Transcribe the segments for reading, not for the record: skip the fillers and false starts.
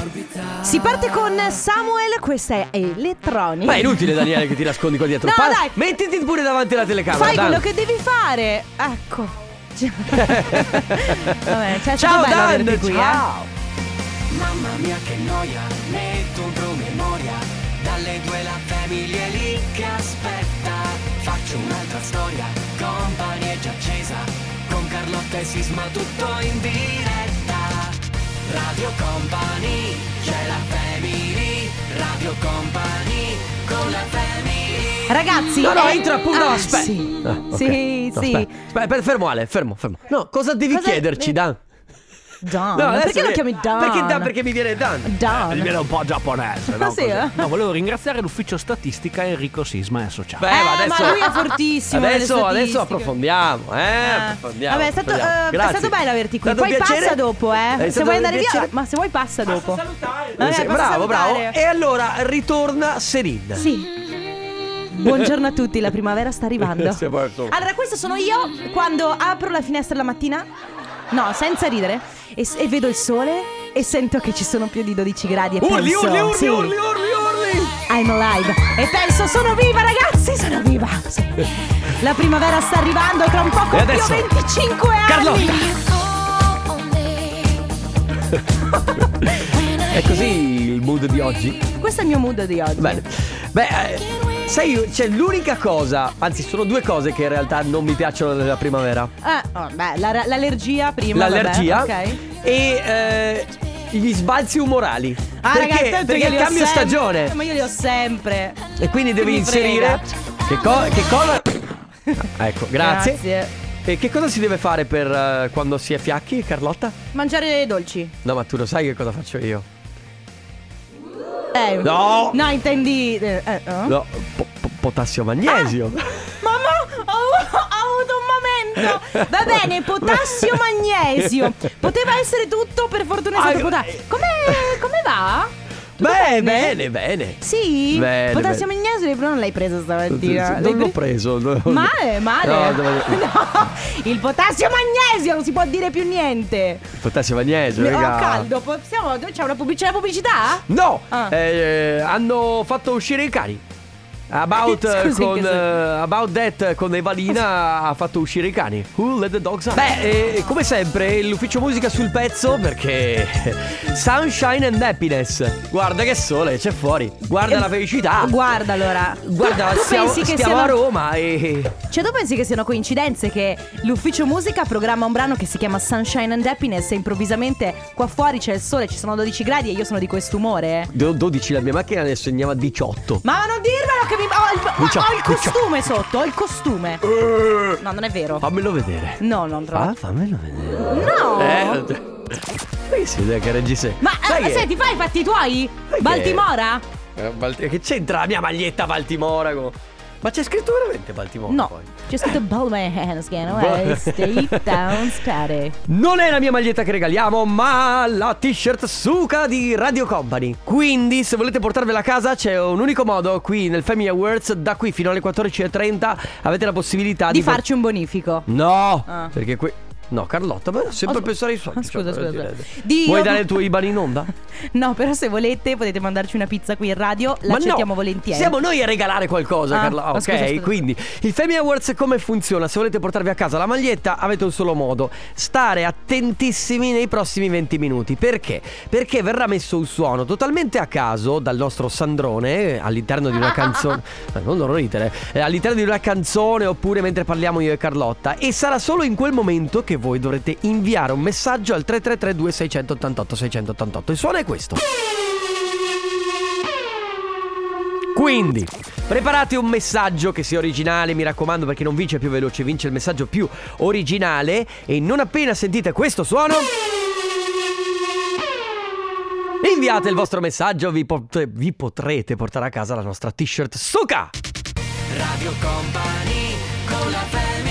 Si parte con Samuel, questa è Elettronica. Ma è inutile, Daniele, che ti nascondi qua dietro. No, dai. Mettiti pure davanti alla telecamera. Fai Dan. quello che devi fare. Ecco. Vabbè, cioè, Ciao bello Dan, averti qui, ciao. Mamma mia che noia, metto un promemoria. Dalle 2 la famiglia è lì che aspetta. Faccio un'altra storia, company è già accesa. Con Carlotta e Sisma tutto in diretta. Radio Company, c'è la family. Radio Company, con la family. Ragazzi, No, entra appunto. Aspetta. Sì, Ok. sì, No, sì. Aspetta, fermo Ale, fermo. No, cosa devi chiederci, Dan? Dan, No, perché lo chiami Dan? Perché mi viene Dan? Dan. Mi viene un po' giapponese, no? Ah, sì, Così. No, volevo ringraziare l'ufficio statistica Enrico Sisma e Associati. Beh, ma adesso, ma lui è fortissimo nelle Adesso statistiche. approfondiamo, approfondiamo. Vabbè, è stato bello averti qui. È stato Poi un piacere. passa dopo, È se stato vuoi un andare via, piacere. ma se vuoi passa dopo. Bravo, passa bravo. salutare. E allora ritorna Serin. Sì. Buongiorno a tutti, la primavera sta arrivando. Sì, certo. Allora, questo sono io quando apro la finestra la mattina. No, senza ridere. E vedo il sole e sento che ci sono più di 12 gradi e Urli, penso, sì, urli. I'm alive. E penso, sono viva ragazzi, sono viva. Sì. La primavera sta arrivando, tra un po' compio adesso, 25 anni. Carlotta. È così il mood di oggi? Questo è il mio mood di oggi. Bene. Beh, sai, c'è l'unica cosa, anzi sono due cose che in realtà non mi piacciono della primavera. L'allergia prima. L'allergia, vabbè, ok. e gli sbalzi umorali. Ragazzi, perché io il li ho cambio sempre. stagione. Ma io li ho sempre. E quindi devi mi inserire che cosa. Ecco, grazie. E che cosa si deve fare per quando si è fiacchi, Carlotta? Mangiare dolci. No, ma tu lo sai che cosa faccio io? No, intendi No, potassio magnesio. Mamma, ho avuto un momento. Va bene, potassio magnesio. Poteva essere tutto, per fortuna è stato potassio. Come va? Tutto Bene. Sì? Bene, Potassio bene. magnesio non l'hai preso stamattina. Non l'ho preso. Male. No, No, il potassio magnesio, non si può dire più niente. Il potassio magnesio, Ho raga. caldo, c'è una pubblicità? No, Ah. hanno fatto uscire i cani. About That con Evalina ha fatto uscire i cani. Who let the dogs out? Beh, come sempre l'ufficio musica sul pezzo, perché Sunshine and Happiness. Guarda che sole c'è fuori. Guarda la felicità. Guarda allora. Guarda, Tu stiamo pensi che a Roma e Cioè, tu pensi che siano coincidenze che l'ufficio musica programma un brano che si chiama Sunshine and Happiness e improvvisamente qua fuori c'è il sole, ci sono 12 gradi e io sono di quest'umore? 12, la mia macchina adesso segnava 18. Ma non dirmelo che ho il costume sotto, ho il costume. No, non è vero. Fammelo vedere. No, non trovo. Fammelo vedere. No. Qui si vede che reggi sei. Ma Sai che- senti, fai i fatti tuoi? Baltimora? Che c'entra la mia maglietta Baltimora? Ma c'è scritto veramente Baltimora? No, Poi? c'è scritto Baltimore Hands away, stay down, steady. Non è la mia maglietta che regaliamo, ma la t-shirt Suka di Radio Company. Quindi se volete portarvela a casa c'è un unico modo. Qui nel Family Awards, da qui fino alle 14:30 avete la possibilità Di farci un bonifico. No, Ah. perché qui... No, Carlotta, ma sempre pensare ai soldi. Scusa. Vuoi dare il tuo IBAN in onda? No, però se volete potete mandarci una pizza qui in radio, l'accettiamo volentieri. Siamo noi a regalare qualcosa, Carlotta. Ok, scusa. quindi il Family Awards come funziona? Se volete portarvi a casa la maglietta avete un solo modo: stare attentissimi nei prossimi 20 minuti. Perché? Perché verrà messo un suono totalmente a caso dal nostro Sandrone all'interno di una canzone. Non ridere. All'interno di una canzone oppure mentre parliamo io e Carlotta. E sarà solo in quel momento che voi dovrete inviare un messaggio al 333 2688 688. Il suono è questo. Quindi preparate un messaggio che sia originale, mi raccomando, perché non vince più veloce, vince il messaggio più originale. E non appena sentite questo suono, inviate il vostro messaggio, vi potrete portare a casa la nostra t-shirt Suka. Radio Company con la family.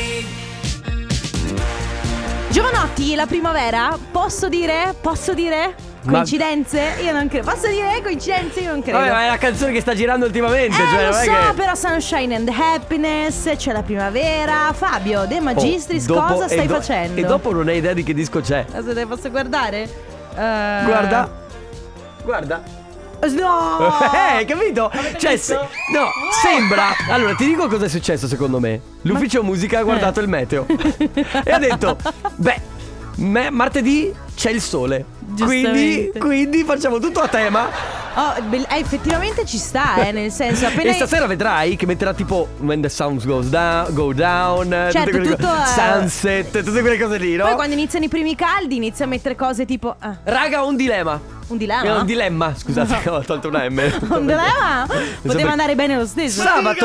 Giovanotti, la primavera, posso dire? Coincidenze? Io non credo. Posso dire coincidenze? Io non credo. Vabbè, ma è la canzone che sta girando ultimamente, cioè, lo non è so, che... però Sunshine and Happiness, c'è la primavera. Fabio, De Magistris, cosa stai facendo? E dopo non hai idea di che disco c'è. Aspetta, posso guardare? Guarda. Guarda. No! Hai capito? Cioè, no, sembra. Allora, ti dico cosa è successo secondo me. L'ufficio musica ha guardato il meteo e ha detto: beh, martedì c'è il sole. Quindi facciamo tutto a tema. Effettivamente ci sta, nel senso appena. E stasera vedrai che metterà tipo When the sun goes down, go down, certo, tutto sunset, tutte quelle cose lì, no? Poi quando iniziano i primi caldi inizia a mettere cose tipo Raga, ho un dilemma. Un dilemma? Un dilemma, scusate, ho tolto una M. Un dilemma? Poteva andare bene lo stesso.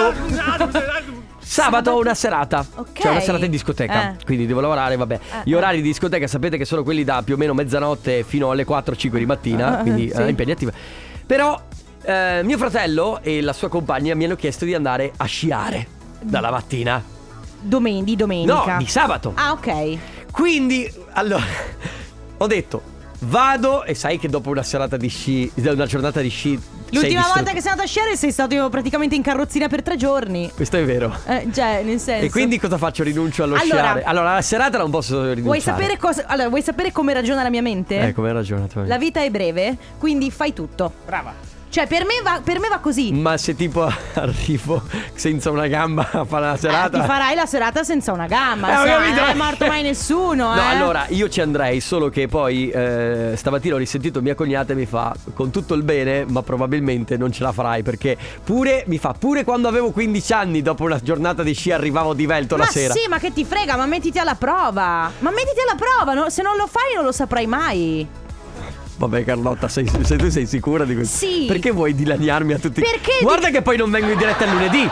Sabato ho una serata. Ok. C'è una serata in discoteca. Quindi devo lavorare, vabbè. Gli orari di discoteca sapete che sono quelli da più o meno mezzanotte fino alle 4-5 di mattina. Quindi sì. impegnativo. Però mio fratello e la sua compagna mi hanno chiesto di andare a sciare dalla mattina. Di domenica? No, di sabato. Ah, ok. Quindi, allora, ho detto, vado e sai che dopo una serata di sci, una giornata di sci, l'ultima volta che sei andato a sciare sei stato praticamente in carrozzina per 3 giorni. Questo è vero. Cioè, nel senso. E quindi cosa faccio? Rinuncio allo sciare? Allora, la serata non posso rinunciare. Vuoi sapere come ragiona la mia mente? Come ragiona tu? La vita è breve, quindi fai tutto. Brava. Cioè, per me va così. Ma se tipo arrivo senza una gamba a fare la serata, ti farai la serata senza una gamba. Ho capito. Non è morto mai nessuno. No, allora io ci andrei, solo che poi stamattina ho risentito mia cognata e mi fa: con tutto il bene, ma probabilmente non ce la farai, perché pure quando avevo 15 anni, dopo una giornata di sci arrivavo divelto la sera. Ma sì, ma che ti frega, ma mettiti alla prova. No? Se non lo fai non lo saprai mai. Vabbè Carlotta, se tu sei sicura di questo? Sì. Perché vuoi dilaniarmi a tutti? Perché Guarda che poi non vengo in diretta il lunedì.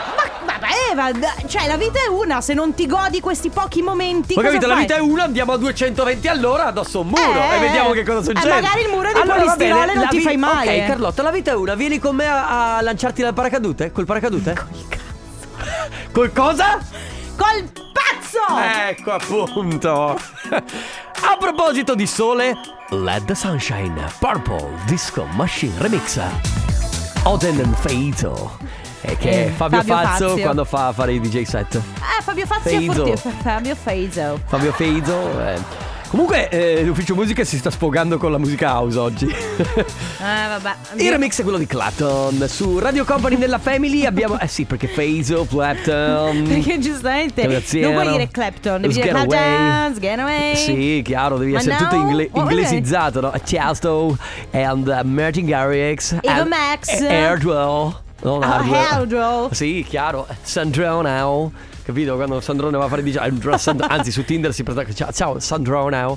Cioè la vita è una, se non ti godi questi pochi momenti. Ho capito, fai? la vita è una, andiamo a 220 all'ora addosso a un muro e vediamo che cosa succede. Magari il muro è di polistirolo e non ti fai male. Ok Carlotta, la vita è una, vieni con me a lanciarti dal paracadute? Col paracadute? Col cazzo. Col cosa? Col pazzo. Ecco appunto. A proposito di sole, Let the Sunshine, Purple Disco Machine Remix, Oden and Feito. E che è Fabio Fazio quando fa a fare i DJ set. Fabio Fazio è Fabio Fazio. Fabio Fazio. Comunque l'ufficio musica si sta sfogando con la musica house oggi. Vabbè. Il remix è quello di Clapton. Su Radio Company nella Family abbiamo sì, perché Fazio, Clapton. Perché giustamente non puoi dire Clapton, devi dire Clapton, Sganaway. Sì, chiaro, devi essere tutto inglesizzato, no? Tiesto and Martin Garrix, Eva Max, Airdwell. Airdwell. Sì, chiaro. Sandro. Capito? Quando Sandrone va a fare DJ, anzi su Tinder si presenta: ciao Sandro.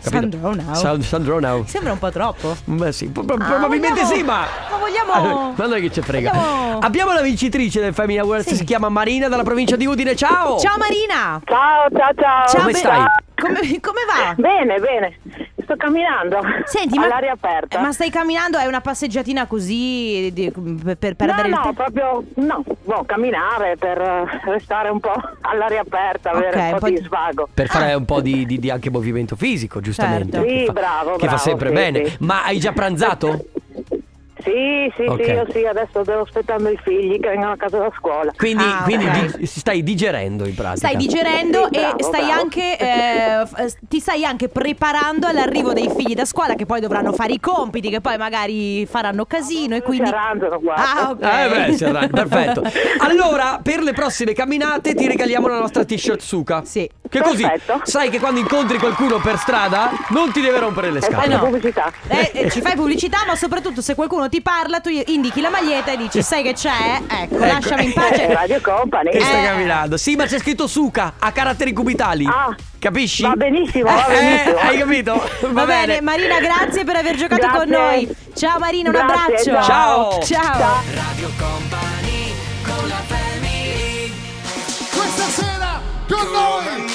Sandro. Sembra un po' troppo. Beh sì, probabilmente sì, ma vogliamo. Ma noi che ci frega. Abbiamo la vincitrice del Family Awards, si chiama Marina, dalla provincia di Udine. Ciao Marina. Ciao. Come stai? Come va? Bene. Sto camminando. Senti, all'aria aperta. Ma stai camminando? È una passeggiatina così per perdere il tempo? Proprio camminare per restare un po' all'aria aperta, avere un po' di svago. Per fare un po' di anche movimento fisico, giustamente. Certo. Sì, bravo. Che fa sempre bene. Sì. Ma hai già pranzato? Sì, io sì, adesso devo aspettando i figli che vengono a casa da scuola. Quindi stai digerendo in pratica. Stai digerendo sì, bravo, e stai bravo. Anche ti stai anche preparando all'arrivo dei figli da scuola, che poi dovranno fare i compiti, che poi magari faranno casino e quindi si arrangiano, guarda. ok. Si arrangiano, perfetto. Allora, per le prossime camminate ti regaliamo la nostra t-shirt Suka. Sì. Che così Perfetto. sai che quando incontri qualcuno per strada non ti deve rompere le scatole. Fai pubblicità. Ci fai pubblicità, ma soprattutto se qualcuno ti parla, tu indichi la maglietta e dici: sai che c'è? Ecco. Lasciami in pace. Radio Company. Che stai camminando? Sì, ma c'è scritto Suka a caratteri cubitali. Capisci? Va benissimo, Hai capito? Va bene, Marina, grazie per aver giocato Grazie. con noi. Ciao Marina, un Grazie, abbraccio. ciao. Ciao. Radio Company con la family. Questa sera con noi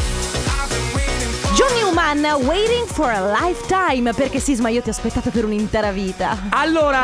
John Newman, Waiting for a Lifetime. Perché Sisma, io ti ho aspettato per un'intera vita. Allora,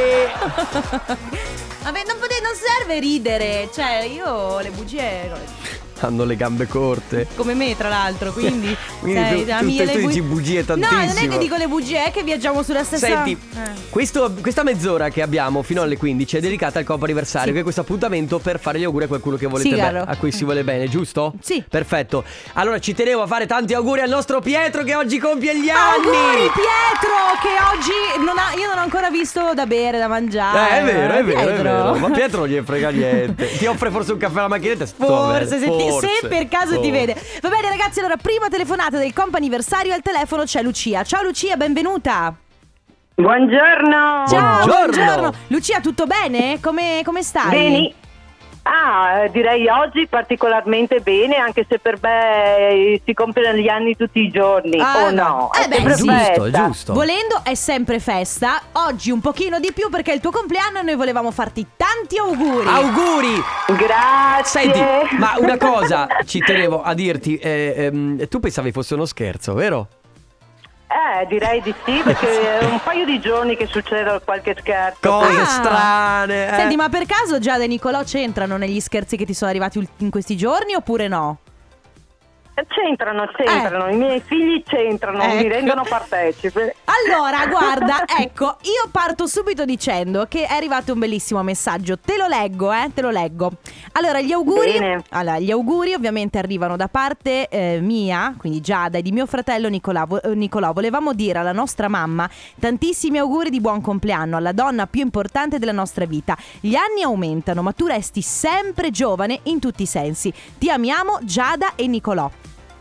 Vabbè, non serve ridere. Cioè, io le bugie hanno le gambe corte. come me, tra l'altro, quindi Quindi tu dici bugie tantissimo. No, non è che dico le bugie, è che viaggiamo sulla stessa. Senti, questa mezz'ora che abbiamo fino alle 15 è dedicata al Coppa Anniversario, Sì. che è questo appuntamento per fare gli auguri a qualcuno che volete Sì, bene, caro. a cui si vuole bene, giusto? Sì. Perfetto. Allora ci tenevo a fare tanti auguri al nostro Pietro che oggi compie gli anni. Auguri Pietro, che oggi io non ho ancora visto da bere, da mangiare. È vero, è Pietro. vero. Ma Pietro non gli frega niente. Ti offre forse un caffè alla macchinetta? Forse, se per caso ti vede. Va bene ragazzi, allora prima telefonata del comp'anniversario. Al telefono c'è Lucia. Ciao Lucia, benvenuta. Buongiorno. Ciao, Buongiorno. Lucia, tutto bene? Come stai? Bene. Direi oggi particolarmente bene, anche se per me si compiono gli anni tutti i giorni. No? Beh, sempre sì. festa. Giusto. Volendo è sempre festa. Oggi un pochino di più perché è il tuo compleanno e noi volevamo farti tanti auguri. Auguri. Grazie. Senti, ma una cosa ci tenevo a dirti, tu pensavi fosse uno scherzo, vero? Direi di sì, perché è un paio di giorni che succede qualche scherzo. Cose strane. Senti, ma per caso Giada e Nicolò c'entrano negli scherzi che ti sono arrivati in questi giorni oppure no? C'entrano, i miei figli c'entrano, mi rendono partecipe. Allora, guarda, ecco, io parto subito dicendo che è arrivato un bellissimo messaggio. Te lo leggo. Allora, gli auguri. Bene. Allora, gli auguri ovviamente arrivano da parte mia, quindi Giada, e di mio fratello Nicolò. Volevamo dire alla nostra mamma tantissimi auguri di buon compleanno, alla donna più importante della nostra vita. Gli anni aumentano, ma tu resti sempre giovane in tutti i sensi. Ti amiamo, Giada e Nicolò.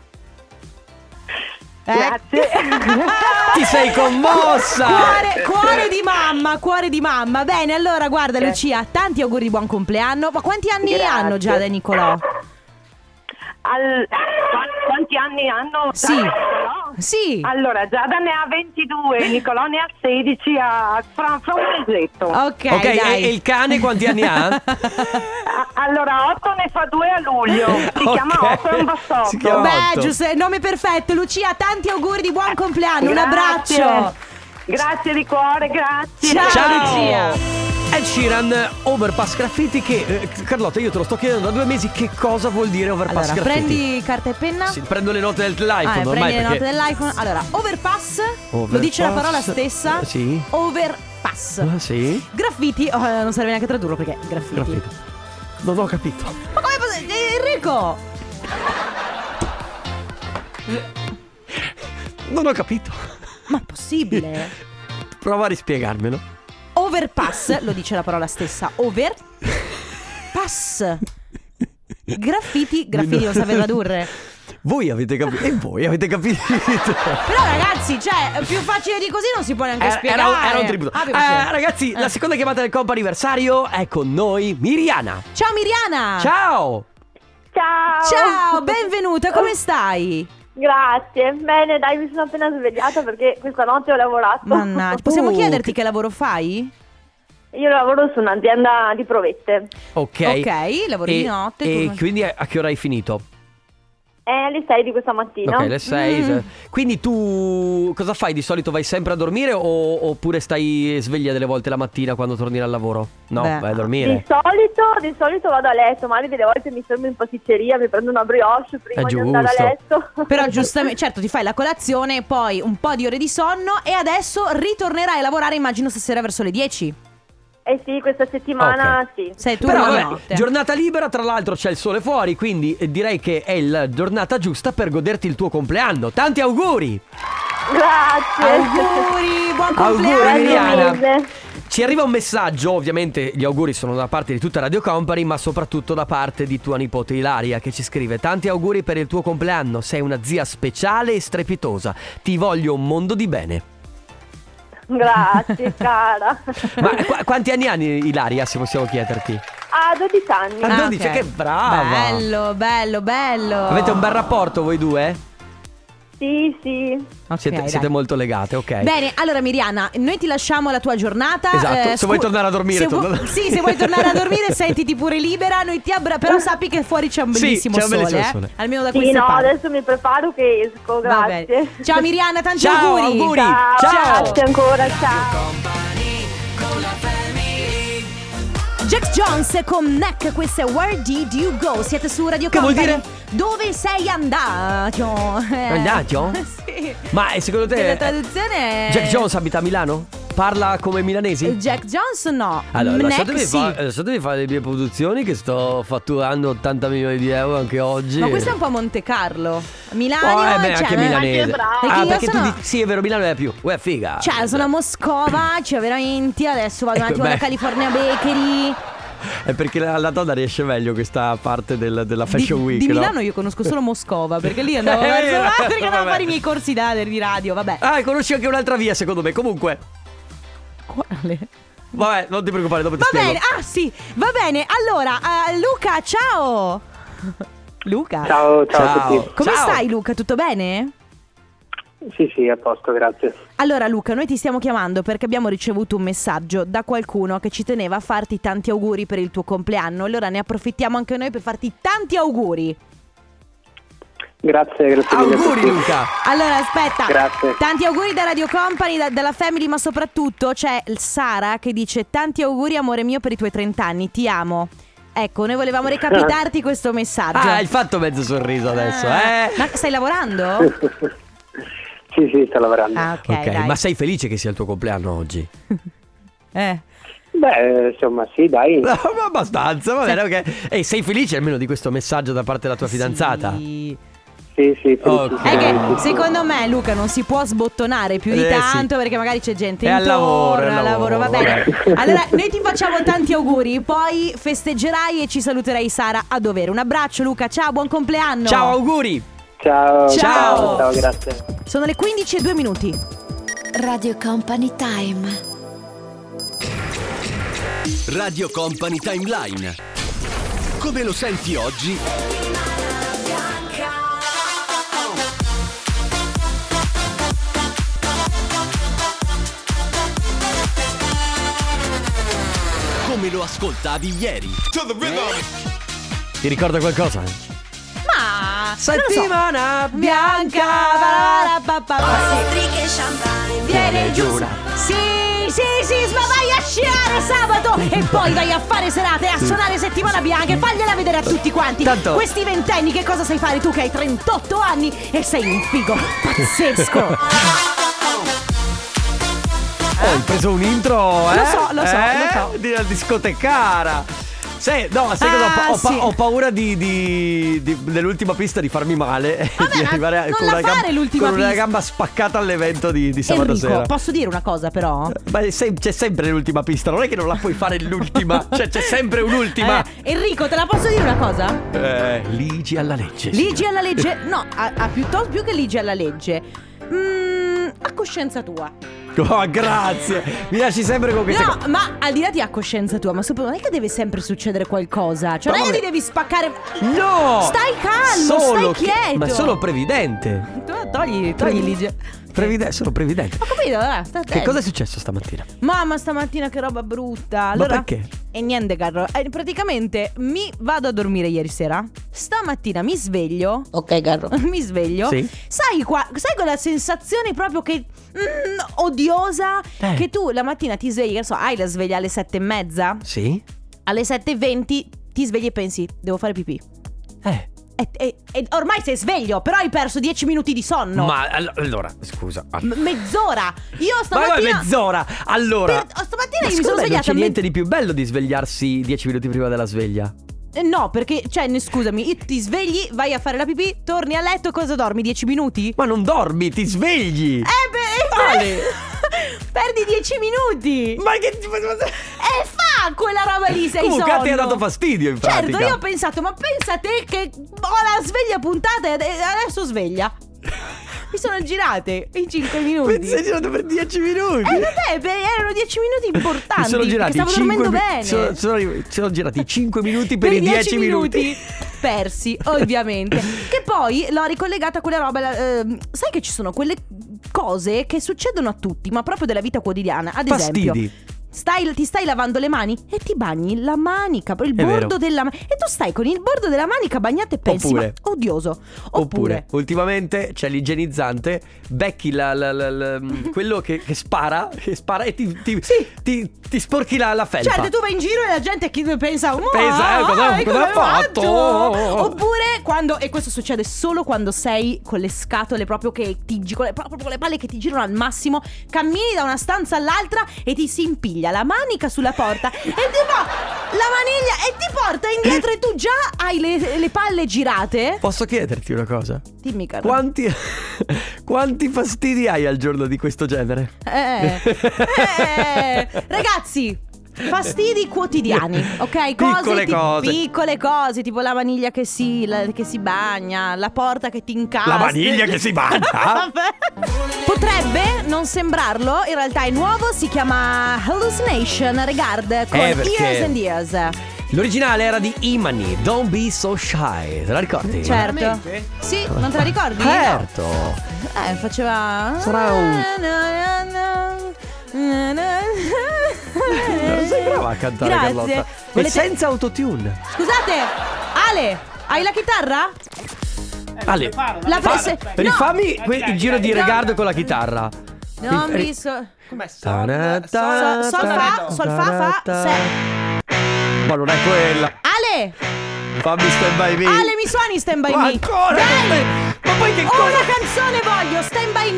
Grazie. Ti sei commossa. Cuore di mamma. Bene, allora guarda Lucia, tanti auguri di buon compleanno. Ma quanti anni Grazie. hanno Giada e Nicolò? Quanti anni hanno? Sì. Nicolò? Sì. Allora, Giada ne ha 22, Nicolò ne ha 16, fra un mesetto. Ok, Ok, dai. e il cane quanti anni ha? Allora, 8 ne fa 2 a luglio. Si chiama Otto, è un bassotto. Si chiama Beh, Otto. giusto, nome perfetto. Lucia, tanti auguri di buon compleanno. Un Grazie. abbraccio. Grazie di cuore, grazie. Ciao, Lucia. Ed Sheeran, Overpass Graffiti, che Carlotta, io te lo sto chiedendo da 2 mesi, che cosa vuol dire Overpass Allora, Graffiti? prendi carta e penna. Sì, prendo le note dell'iPhone ormai, prendi le perché... note dell'iPhone. Allora, overpass, lo dice la parola stessa. Sì. Overpass. Sì. Graffiti, non serve neanche tradurlo perché graffiti. Graffiti. Non ho capito. Ma come Enrico? Non ho capito. Ma è possibile? Prova a rispiegarmelo. Overpass, lo dice la parola stessa. Overpass. Graffiti non sape tradurre. Voi avete capito. E voi avete capito. Però ragazzi, cioè, più facile di così non si può neanche spiegare. Era un tributo. Ragazzi, la seconda chiamata del comp'anniversario è con noi Miriana. Ciao Miriana. Ciao. Ciao, benvenuta, come stai? Grazie, bene, dai, mi sono appena svegliata perché questa notte ho lavorato. Mannaggia, possiamo chiederti che lavoro fai? Io lavoro su un'azienda di provette. Ok, lavori di notte. E quindi a che ora hai finito? Alle 6 di questa mattina. Ok, alle 6. Quindi tu cosa fai? Di solito vai sempre a dormire oppure stai sveglia delle volte la mattina quando torni dal lavoro? No, Beh, vai a dormire. Di solito vado a letto, magari delle volte mi fermo in pasticceria, mi prendo una brioche prima di andare a letto. Però giustamente, certo, ti fai la colazione, poi un po' di ore di sonno e adesso ritornerai a lavorare, immagino stasera verso le 10. Eh sì, questa settimana Ok. sì. Sei tu Però la vabbè, notte. giornata libera, tra l'altro c'è il sole fuori, quindi direi che è la giornata giusta per goderti il tuo compleanno. Tanti auguri! Grazie. Auguri, buon Auguri, compleanno. Miriana. mille. Ci arriva un messaggio, ovviamente gli auguri sono da parte di tutta Radio Company, ma soprattutto da parte di tua nipote Ilaria, che ci scrive: tanti auguri per il tuo compleanno, sei una zia speciale e strepitosa, ti voglio un mondo di bene. Grazie, cara. Ma quanti anni hai Ilaria, se possiamo chiederti? Ha 12 anni. Ah, 12, ok. che brava. Bello. Avete un bel rapporto voi due? Sì, sì. Ok, Siete dai. molto legate, ok. Bene, allora Miriana, noi ti lasciamo alla tua giornata. Esatto, se vuoi tornare a dormire, se vuoi tornare a dormire, sentiti pure libera. Noi ti però sappi che fuori c'è un bellissimo c'è un sole, bellissimo sole. Almeno da Sì, queste no, parti. adesso mi preparo che esco, Va bene. grazie. Ciao Miriana, tanti Ciao, auguri. Ciao. Grazie ancora, ciao. Jack Jones con Neck, questo è Where Did You Go? Siete su Radio Che vuol Company. dire? Dove sei andato? Andato? Sì. Ma secondo te La traduzione è... Jack Jones abita a Milano? Parla come milanesi? Jack Johnson no. Allora, lasciatemi sì. fare le mie produzioni, che sto fatturando 80 milioni di euro anche oggi. Ma questo è un po' Monte Carlo. Milano, anche milanese. Perché io sono... sì, è vero, Milano è più. Uè, figa. Cioè, sono a Moscova, cioè veramente. Adesso vado un attimo alla California Bakery. È perché la donna riesce meglio questa parte della Fashion Week. Di no? Milano io conosco solo Moscova, perché lì andavo perché andavo a fare i miei corsi di radio, vabbè. Ah, conosci anche un'altra via, secondo me. Comunque. Quale? Vabbè, non ti preoccupare, dopo ti spiego. Va bene, sì, va bene. Allora, Luca, ciao. Luca. Ciao a tutti. Come stai, Luca? Tutto bene? Sì, a posto, grazie. Allora, Luca, noi ti stiamo chiamando perché abbiamo ricevuto un messaggio da qualcuno che ci teneva a farti tanti auguri per il tuo compleanno. Allora ne approfittiamo anche noi per farti tanti auguri. Grazie mille. Auguri, Luca. Allora, aspetta. Grazie. Tanti auguri da Radio Company, dalla Family, ma soprattutto c'è Sara che dice: tanti auguri, amore mio, per i tuoi 30 anni, ti amo. Ecco, noi volevamo recapitarti questo messaggio. Hai fatto mezzo sorriso adesso, Ma stai lavorando? Sì, sto lavorando. Ok, dai. Ma sei felice che sia il tuo compleanno oggi? Beh, insomma, sì, dai. No, ma abbastanza, va bene, ok. E sei felice almeno di questo messaggio da parte della tua fidanzata? Sì. Sì, Okay. È che secondo me, Luca, non si può sbottonare più di tanto, perché magari c'è gente intorno, al lavoro, va bene. Allora, noi ti facciamo tanti auguri, poi festeggerai e ci saluterai Sara a dovere. Un abbraccio, Luca, ciao, buon compleanno. Ciao, auguri. Ciao, grazie. Sono le 15:02. Radio Company Time. Radio Company Timeline. Come lo senti oggi? Come lo ascoltavi ieri? Ti ricorda qualcosa? Ma Settimana bianca. Viene giù. Sì, ma vai a sciare sabato e poi vai a fare serate, a suonare settimana bianca e fagliela vedere a tutti quanti. Tanto. Questi ventenni che cosa sai fare tu che hai 38 anni e sei un figo pazzesco. Hai preso un intro, Lo so. Di discotecara. Sai cosa? Ho paura dell'ultima pista di farmi male. Vabbè, di arrivare non con la una gamba, fare l'ultima con una pista. gamba spaccata all'evento di sabato Enrico, sera. posso dire una cosa però? Ma c'è sempre l'ultima pista, non è che non la puoi fare l'ultima. Cioè c'è sempre un'ultima. Enrico, te la posso dire una cosa? Ligi alla legge. Ligi alla legge? No, piuttosto più che ligi alla legge. A coscienza tua. Oh, grazie. Mi lasci sempre con queste No, cose. ma al di là di a coscienza tua, ma non è che deve sempre succedere qualcosa. Cioè, Ma non è che vabbè. ti devi spaccare. No! Stai calmo, Solo stai quieto. Ma solo previdente. Togli Ligia. Sono previdente. Ho capito, dai, stai Che cosa è successo stamattina? Mamma, stamattina che roba brutta. Allora, Ma perché? E niente, caro. Praticamente mi vado a dormire ieri sera. Stamattina mi sveglio. Ok, caro. Mi sveglio. Sì. Sai quella sensazione proprio che odiosa. Che tu la mattina ti svegli, che ne so, hai la sveglia alle 7:30. Sì? Alle 7:20 ti svegli e pensi, devo fare pipì. E ormai sei sveglio, però hai perso 10 minuti di sonno. Ma allora, scusa. Mezz'ora. Io stamattina. Ma mezz'ora. Allora. Stamattina ma io mi sono secondo me svegliata. non c'è niente di più bello di svegliarsi 10 minuti prima della sveglia. No, perché, scusami, ti svegli, vai a fare la pipì, torni a letto, cosa dormi? 10 minuti? Ma non dormi, ti svegli. Vale. Perdi 10 minuti. Ma che fa quella roba lì, sei sonno. Comunque ti ha dato fastidio, in pratica. Certo, io ho pensato, ma pensa te che ho la sveglia puntata e adesso sveglia. Mi sono girate in 5 minuti. Mi sei girato per 10 minuti. Vabbè, erano 10 minuti importanti. Mi sono girati stavo dormendo bene. Sono girati 5 minuti per i 10 minuti persi, ovviamente. Che poi l'ho ricollegata a quella roba. Sai che ci sono quelle cose che succedono a tutti, ma proprio della vita quotidiana. Ad esempio, ti stai lavando le mani e ti bagni la manica, il È bordo vero. della manica, e tu stai con il bordo della manica bagnato e pensi Oppure- ma odioso. Oppure ultimamente c'è l'igienizzante, becchi quello che spara e ti sporchi la felpa. Certo, tu vai in giro e la gente pensa cosa ha fatto? Oppure quando, e questo succede solo quando sei con le scatole proprio che proprio con le palle che ti girano al massimo, cammini da una stanza all'altra e ti si impiglia la manica sulla porta e ti fa la maniglia e ti porta indietro e tu già hai le palle girate. Posso chiederti una cosa? Dimmi, caro. Quanti fastidi hai al giorno di questo genere? Ragazzi, fastidi quotidiani, ok? Piccole cose, tipo la maniglia che si bagna, la porta che ti incastra. La maniglia che si bagna? Vabbè. Potrebbe non sembrarlo, in realtà è nuovo, si chiama Hallucination Regard con perché- Years and Years. L'originale era di Imani, Don't Be So Shy. Te la ricordi? Certo. Sì, non te la ricordi? Certo. Faceva. Sarà non sei brava a cantare, Grazie. Carlotta. Volete- E senza autotune. Scusate, Ale, hai la chitarra? Ale, rifammi il giro di Regard con la chitarra. Non mi so. Com'è? Sol fa se. Ma non è quella. Ale, Fammi Stand By Me. Ale, mi suoni Stand By Ma Me? ancora? Dai! Ma poi che cosa? Una canzone voglio, Stand By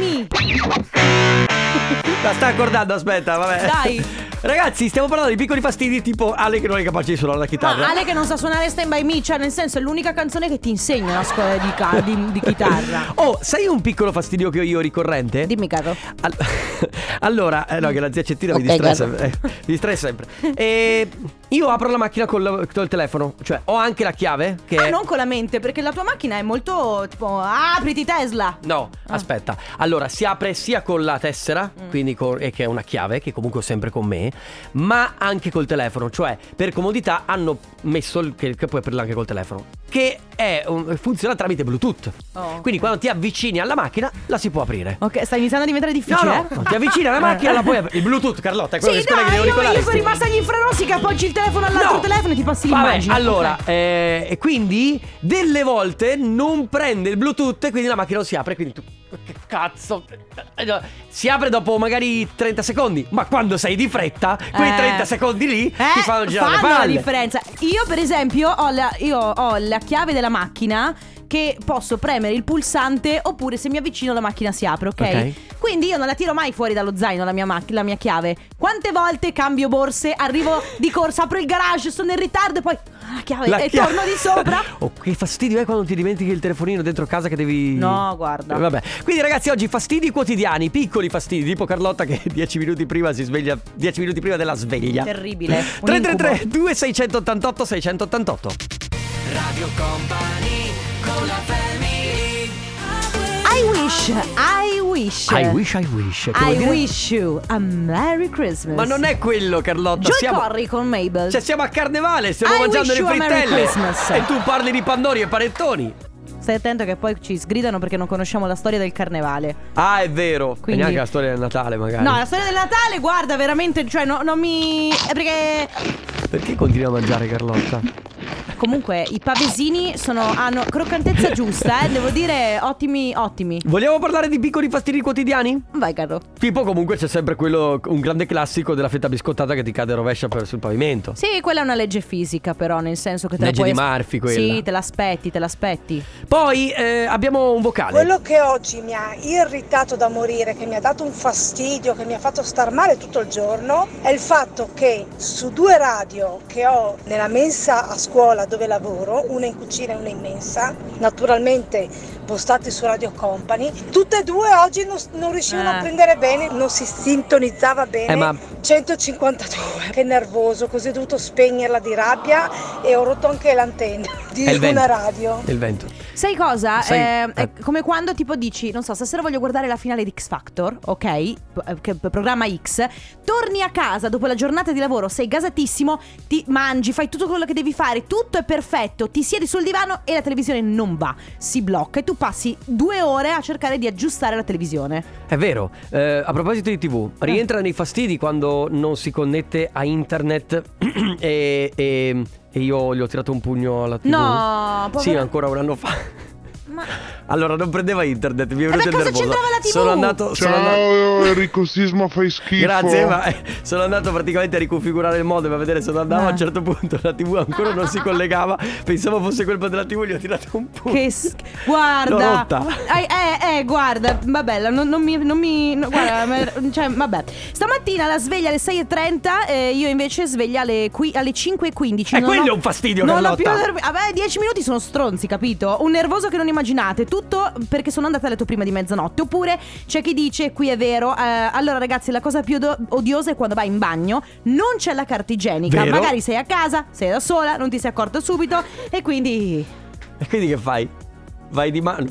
Me. La sta accordando, aspetta, vabbè. Dai. Ragazzi, stiamo parlando di piccoli fastidi tipo Ale che non è capace di suonare la chitarra. Ma Ale che non sa suonare Stand By Me, cioè nel senso è l'unica canzone che ti insegna a scuola di chitarra. Oh, sai un piccolo fastidio che ho io ricorrente? Dimmi, caro. Allora, no, che la zia Cettina mi Ok, distrae sempre. Io apro la macchina col telefono. Cioè, ho anche la chiave che Non con la mente, perché la tua macchina è molto tipo apriti Tesla. No, aspetta. Allora, si apre sia con la tessera, quindi e che è una chiave che comunque ho sempre con me, ma anche col telefono. Cioè, per comodità hanno messo che puoi aprirla anche col telefono, che funziona tramite Bluetooth. Quindi quando ti avvicini alla macchina la si può aprire. Ok, sta iniziando a diventare difficile. No, ti avvicini alla macchina la puoi aprire. Il Bluetooth, Carlotta, è quello Sì, che scolleghi dai, gli auricolari. io sono rimasta agli infrarossi che appoggi il telefono all'altro telefono e ti passi l'immagine. Allora, Ok. e quindi delle volte non prende il Bluetooth e quindi la macchina non si apre. Quindi tu, che cazzo, si apre dopo magari 30 secondi. Ma quando sei di fretta, quei 30 secondi lì ti fanno girare le fanno palle. la differenza. Io per esempio ho la chiave della macchina che posso premere il pulsante, oppure se mi avvicino la macchina si apre, ok? Quindi io non la tiro mai fuori dallo zaino la mia chiave. Quante volte cambio borse, arrivo di corsa, apro il garage, sono in ritardo e poi la chiave torno di sopra. Oh, che fastidio è quando ti dimentichi il telefonino dentro casa che devi... No, guarda. Vabbè. Quindi ragazzi, oggi fastidi quotidiani, piccoli fastidi, tipo Carlotta che 10 minuti prima si sveglia, 10 minuti prima della sveglia. Terribile. 333 2688 688. Radio Company con la family. I wish. I wish. Che vuol I dire? wish you a Merry Christmas. Ma non è quello, Carlotta. Joy Corry con Mabel. Cioè, siamo a carnevale, stiamo I mangiando wish le you a Merry frittelle. Christmas. E tu parli di pandori e panettoni. Stai attento che poi ci sgridano perché non conosciamo la storia del carnevale. Ah, è vero. Quindi- E neanche la storia del Natale, magari. No, la storia del Natale, guarda, veramente, cioè non mi... È perché... Perché continui a mangiare, Carlotta? Comunque i pavesini hanno croccantezza giusta, devo dire, ottimi. Vogliamo parlare di piccoli fastidi quotidiani? Vai, caro. Tipo, comunque c'è sempre quello, un grande classico della fetta biscottata che ti cade rovescia sul pavimento. Sì, quella è una legge fisica, però, nel senso che te Legge la puoi di Murphy, quella. Sì, te l'aspetti. Poi abbiamo un vocale. Quello che oggi mi ha irritato da morire, che mi ha dato un fastidio, che mi ha fatto star male tutto il giorno, è il fatto che su 2 radio che ho nella mensa a scuola dove lavoro, una in cucina e una in mensa, naturalmente postate su Radio Company, tutte e 2 oggi non riuscivano a prendere bene, non si sintonizzava bene. Ma 152, che nervoso, così ho dovuto spegnerla di rabbia e ho rotto anche l'antenna di una radio. È il vento. Sai cosa? Sai- È come quando tipo dici, non so, stasera voglio guardare la finale di X Factor, ok? Che programma X. Torni a casa dopo la giornata di lavoro, sei gasatissimo, ti mangi, fai tutto quello che devi fare, tutto è perfetto, ti siedi sul divano e la televisione non va, si blocca e tu tu passi 2 ore a cercare di aggiustare la televisione. È vero. A proposito di TV, rientra nei fastidi quando non si connette a internet e io gli ho tirato un pugno alla TV. No, povera... Sì, ancora un anno fa. Ma... Allora non prendeva internet, mi è venuto il cosa nervoso. c'entrava la TV? Sono andato. Ciao Enrico Sisma, fai schifo. Grazie, ma sono andato praticamente a riconfigurare il modem per vedere se non andava. A un certo punto la TV ancora non si collegava. Pensavo fosse colpa della TV, gli ho tirato un pugno. Guarda. L'ho rotta. Guarda, vabbè, non mi guarda, cioè, vabbè. Stamattina la sveglia alle 6:30, io invece sveglia alle 5:15. Quello è un fastidio, non Carlotta. ho più vabbè, 10 minuti sono stronzi, capito? Un nervoso che non immaginate. Tutto perché sono andata a letto prima di mezzanotte. Oppure c'è chi dice, qui è vero, allora ragazzi, la cosa più odiosa è quando vai in bagno, non c'è la carta igienica. Vero? Magari sei a casa, sei da sola, non ti sei accorto subito e quindi che fai? Vai di mano.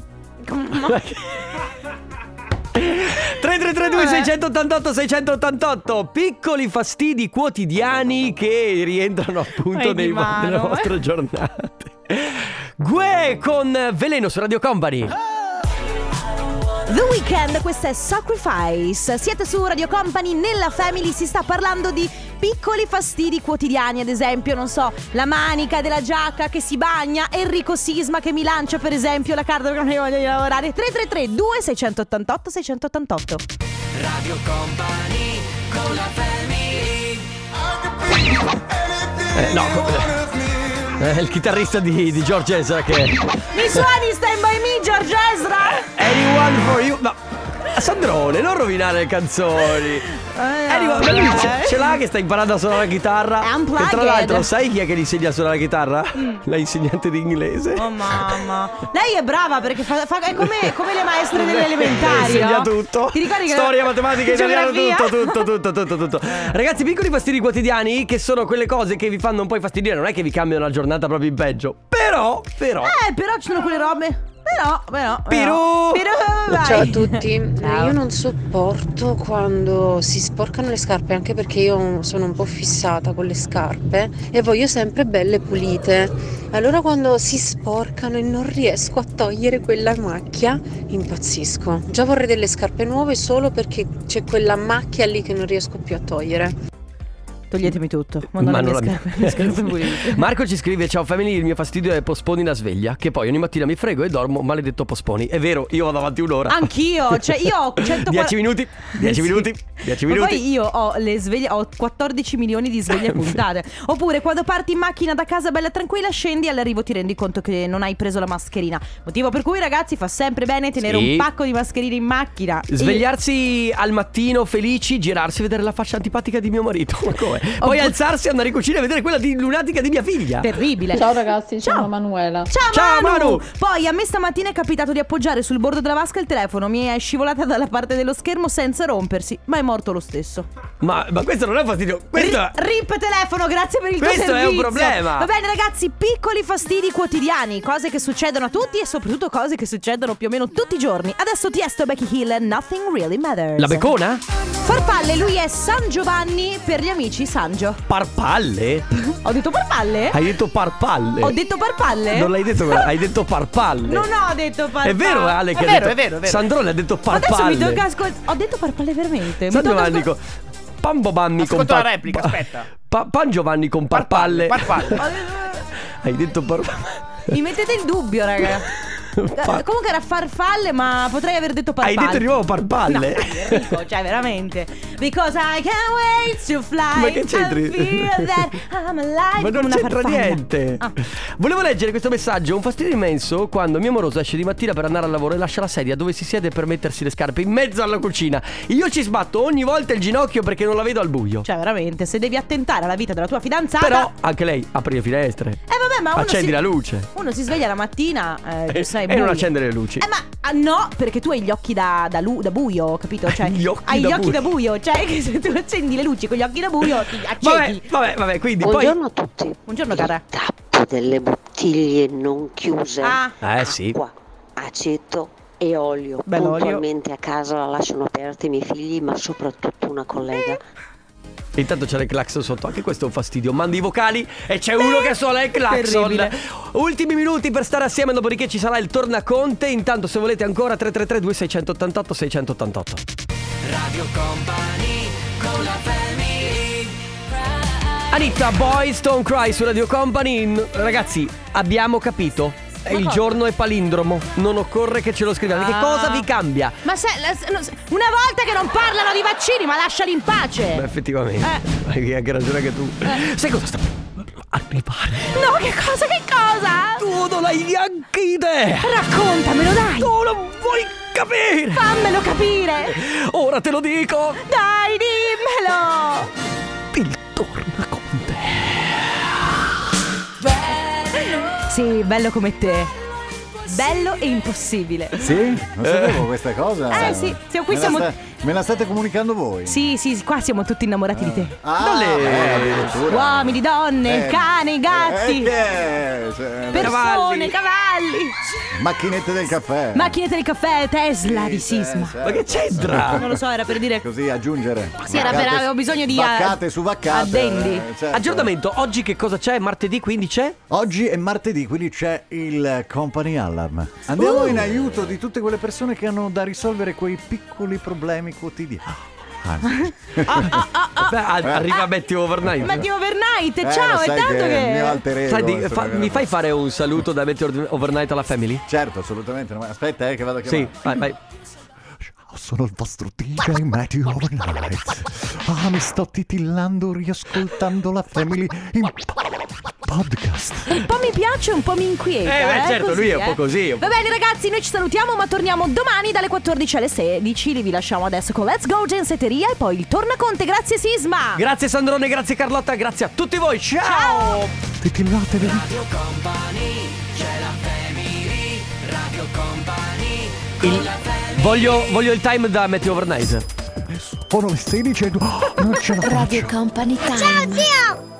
3332 688 688. Piccoli fastidi quotidiani che rientrano appunto nelle vostre giornate. Gue con Veleno su Radio Company. The Weeknd, questa è Sacrifice. Siete su Radio Company, nella Family si sta parlando di piccoli fastidi quotidiani. Ad esempio, non so, la manica della giacca che si bagna, Enrico Sisma che mi lancia per esempio la carta perché non voglio lavorare. 333 2688 688. Radio Company con la Family. Il chitarrista di George Ezra che Mi suoni Stand By Me, George Ezra? Anyone for you. No, Sandrone, non rovinare le canzoni. Ce l'ha che sta imparando a suonare la chitarra. Unplugged. Che tra l'altro sai chi è che gli insegna a suonare la chitarra? La insegnante di inglese. Oh mamma. Lei è brava perché è come le maestre delle elementari, insegna no? tutto. Ti ricordi che storia, matematica, italiano, geografia? tutto. Ragazzi, piccoli fastidi quotidiani che sono quelle cose che vi fanno un po' infastidire. Non è che vi cambiano la giornata proprio in peggio. Però Però ci sono quelle robe. Però vai. Ciao a tutti. Ciao. Io non sopporto quando si sporcano le scarpe, anche perché io sono un po' fissata con le scarpe e voglio sempre belle pulite. Allora quando si sporcano e non riesco a togliere quella macchia, impazzisco. Già vorrei delle scarpe nuove solo perché c'è quella macchia lì che non riesco più a togliere. Toglietemi tutto. Le scarpe pulite. Marco ci scrive: ciao family, il mio fastidio è posponi la sveglia, che poi ogni mattina mi frego e dormo, maledetto posponi. È vero, io vado avanti un'ora. Anch'io, cioè io ho 10 minuti. Ma poi io ho le sveglie, ho 14 milioni di sveglie puntate. Oppure quando parti in macchina da casa bella tranquilla, scendi e all'arrivo ti rendi conto che non hai preso la mascherina. Motivo per cui, ragazzi, fa sempre bene tenere un pacco di mascherine in macchina. Svegliarsi al mattino felici, girarsi e vedere la faccia antipatica di mio marito. Ma come? Poi alzarsi, andare in cucina e vedere quella di lunatica di mia figlia. Terribile. Ciao ragazzi, sono Manuela. Ciao Manu. Poi a me stamattina è capitato di appoggiare sul bordo della vasca il telefono. Mi è scivolata dalla parte dello schermo senza rompersi, ma è morto lo stesso. Ma questo non è fastidio. Rip telefono, grazie per il tuo servizio. Questo è un problema. Va bene ragazzi, piccoli fastidi quotidiani, cose che succedono a tutti e soprattutto cose che succedono più o meno tutti i giorni. Adesso Tiesto, Becky Hill, Nothing Really Matters. La beccona? Farfalle, lui è San Giovanni per gli amici Sangio. Parpalle? Ho detto parpalle? Hai detto parpalle? Ho detto parpalle? Non l'hai detto, hai detto parpalle. Non ho detto parpalle. È vero Ale che è vero. Sandrone ha detto parpalle. Adesso mi tocca ho detto parpalle veramente. San Giovanni dico Pambobanni con la replica, aspetta. Pan Giovanni con parpalle. Parpalle. Hai detto parpalle. Mi mettete in dubbio, raga. Comunque era farfalle, ma potrei aver detto parpalle. Hai detto di nuovo parpalle? No, Enrico, cioè veramente. Because I can't wait to fly. Ma che c'entri? I feel that I'm alive. Ma non una c'entra farfalla. niente. Volevo leggere questo messaggio. Un fastidio immenso quando mio amoroso esce di mattina per andare al lavoro e lascia la sedia dove si siede per mettersi le scarpe in mezzo alla cucina. Io ci sbatto ogni volta il ginocchio perché non la vedo al buio. Cioè veramente, se devi attentare alla vita della tua fidanzata. Però anche lei apri le finestre. Vabbè, ma accendi la luce. Uno si sveglia la mattina e non accendere le luci. Ma no, perché tu hai gli occhi da buio, capito? Cioè, hai gli occhi da buio. Cioè, che se tu accendi le luci con gli occhi da buio ti accendi. Vabbè, quindi Buongiorno a tutti. Buongiorno cara. Tappo delle bottiglie non chiuse. Sì. Acqua, aceto e olio. Bell'olio. Puntualmente a casa la lasciano aperte i miei figli, ma soprattutto una collega. Intanto c'è il clacson sotto, anche questo è un fastidio. Mandi i vocali e c'è uno che suona il clacson. Terribile. Ultimi minuti per stare assieme, dopodiché ci sarà il tornaconte. Intanto se volete ancora 333 2688 688. Radio Company con la family. Anita, Boys Don't Cry su Radio Company. Ragazzi, abbiamo capito. Il giorno è palindromo, non occorre che ce lo scriviate. Che cosa vi cambia? Ma una volta che non parlano di vaccini, ma lasciali in pace. Beh, effettivamente hai anche ragione che tu. Sai cosa sta arrivare? No, che cosa? Tu non hai neanche idea. Raccontamelo, dai. Tu non vuoi capire. Fammelo capire. Ora te lo dico. Dai, dimmelo. Il tornaconte. Sì, bello come te. Bello e impossibile. Sì? Non sapevo questa cosa. Sì, qui siamo. Me la state comunicando voi? Sì, qua siamo tutti innamorati di te. Addirittura. Uomini, donne, cani, gatti, persone, cavalli, macchinette del caffè, Tesla di Sisma. Ma che c'entra? Non lo so, era per dire. Così aggiungere. Sì, avevo bisogno di vaccate su vaccate. Addendi. Certo. Aggiornamento, oggi che cosa c'è? Martedì, quindi c'è? Oggi è martedì, quindi c'è il Company Alarm. Andiamo in aiuto di tutte quelle persone che hanno da risolvere quei piccoli problemi quotidiani. Arriva Betty Overnight. Ciao, è tanto che il mio alter ego. Senti, mi fai fare un saluto da Betty Overnight alla family? Certo, assolutamente. Aspetta, che vado a chiamare. Sì, vai. Sono il vostro DJ Matthew Overnight. Mi sto titillando riascoltando la family in podcast. Un po' mi piace, un po' mi inquieta. Certo, così, lui è un po' così. Va bene ragazzi, noi ci salutiamo, ma torniamo domani dalle 14 alle 16. Vi lasciamo adesso con Let's Go Gensetteria e poi il tornaconte. Grazie Sisma. Grazie Sandrone, grazie Carlotta, grazie a tutti voi. Ciao. Titillatevi. Radio Company, c'è la family. Radio Company con la family. Voglio il time da Meteo Overnight. Sono le 16 e non ce la faccio. Radio Company Time. Ciao zio!